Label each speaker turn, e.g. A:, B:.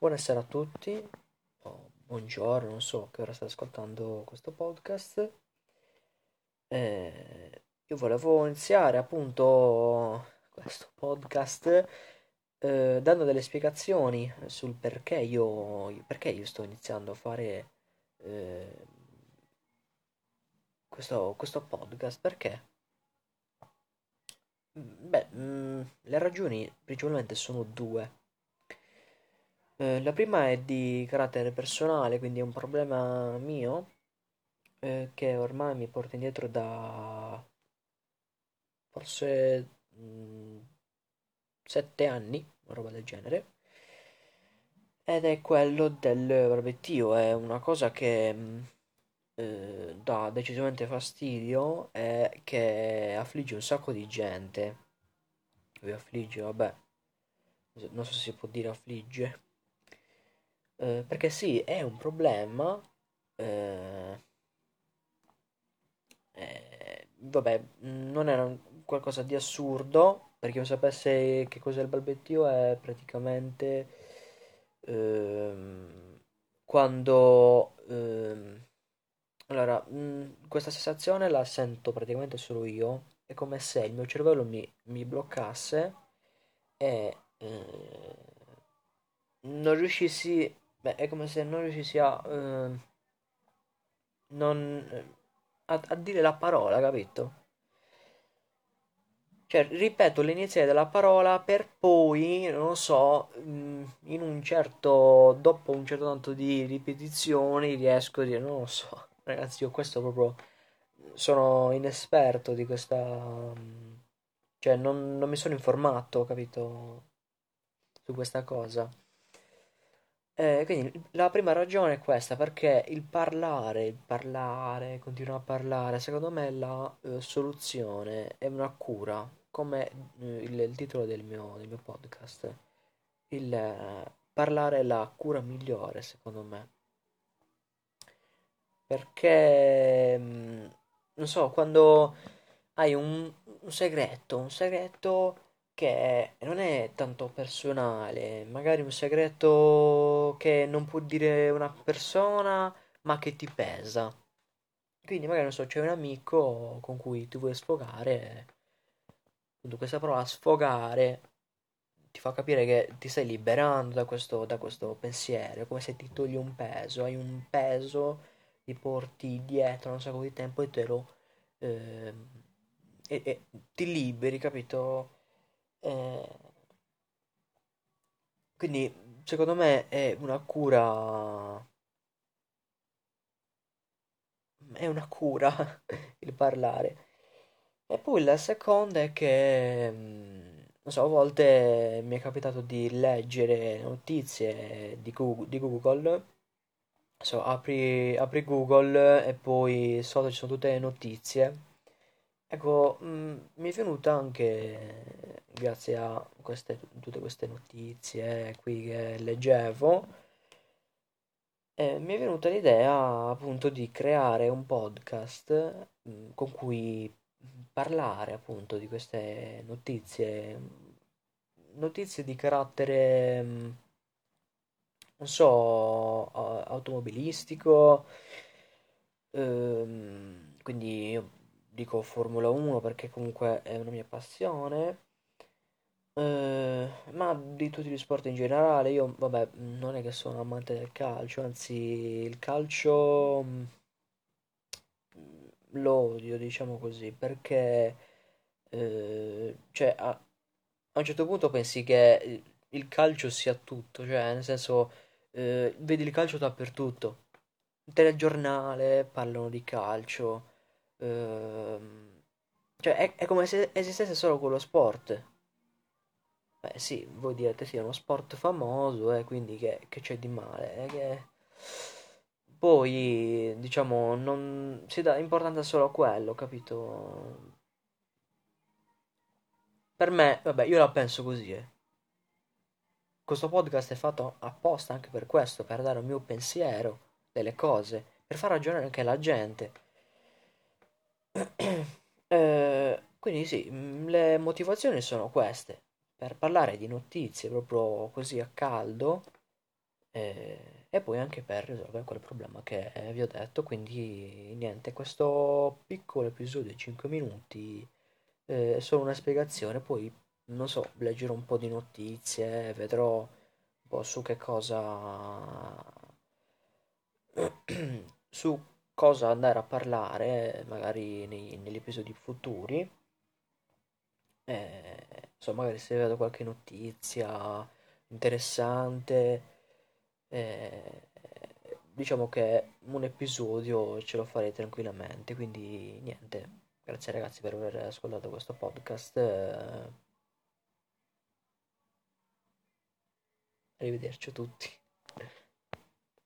A: Buonasera a tutti, o buongiorno, non so che ora state ascoltando questo podcast. Io volevo iniziare appunto questo podcast dando delle spiegazioni sul perché io sto iniziando a fare eh, questo podcast. Perché? Le ragioni principalmente sono due. La prima è di carattere personale, quindi è un problema mio che ormai mi porto indietro da forse 7 anni, una roba del genere, ed è quello del barbecue. È una cosa che dà decisamente fastidio e che affligge un sacco di gente. Vi affligge, vabbè, non so se si può dire affligge. Perché sì, è un problema. eh, Vabbè, non era qualcosa di assurdo, per chi non sapesse che cos'è il balbettio è praticamente quando... allora, questa sensazione la sento praticamente solo io, è come se il mio cervello mi bloccasse e non riuscissi... Beh, è come se non riuscissi non, a dire la parola, capito? Cioè, ripeto l'inizio della parola per poi, non lo so, in un certo, dopo un certo tanto di ripetizioni riesco a dire, non lo so, ragazzi, io questo proprio sono inesperto di questa, cioè non mi sono informato, capito, su questa cosa. Quindi la prima ragione è questa, perché il parlare, continuare a parlare, secondo me la soluzione è una cura, come il titolo del mio podcast. Parlare è la cura migliore, secondo me. Perché, non so, quando hai un segreto che non è tanto personale, magari un segreto che non può dire una persona, ma che ti pesa. Quindi magari, non so, c'è un amico con cui ti vuoi sfogare, appunto questa parola sfogare ti fa capire che ti stai liberando da questo pensiero, è come se ti togli un peso, hai un peso, ti porti dietro un sacco di tempo e te lo ehm, e ti liberi, capito? Eh, quindi secondo me è una cura il parlare. E poi la seconda è che, non so, a volte mi è capitato di leggere notizie di Google. So, apri Google e poi sotto ci sono tutte le notizie. Ecco, mi è venuta anche, grazie a tutte queste notizie qui che leggevo, mi è venuta l'idea appunto di creare un podcast con cui parlare appunto di queste notizie di carattere, non so, automobilistico, quindi io dico Formula 1 perché comunque è una mia passione, ma di tutti gli sport in generale. Io, vabbè, non è che sono amante del calcio, anzi, il calcio lo odio, diciamo così, perché cioè, a un certo punto pensi che il calcio sia tutto, cioè, nel senso, vedi il calcio dappertutto. Il telegiornale parlano di calcio, cioè, è come se esistesse solo quello sport. Beh, sì, voi direte sì, è uno sport famoso, quindi che c'è di male? Poi, diciamo, non si dà importanza solo a quello, capito? Per me, vabbè, io la penso così, eh. Questo podcast è fatto apposta anche per questo, per dare un mio pensiero delle cose, per far ragionare anche la gente. Quindi sì, le motivazioni sono queste, per parlare di notizie proprio così a caldo, e poi anche per risolvere quel problema che vi ho detto. Quindi niente, questo piccolo episodio di 5 minuti è solo una spiegazione, poi non so, leggerò un po' di notizie, vedrò un po' su che cosa su cosa andare a parlare magari negli episodi futuri. Insomma, magari se vedo qualche notizia interessante, eh, diciamo che un episodio ce lo farei tranquillamente. Quindi niente, grazie ragazzi per aver ascoltato questo podcast. Arrivederci a tutti.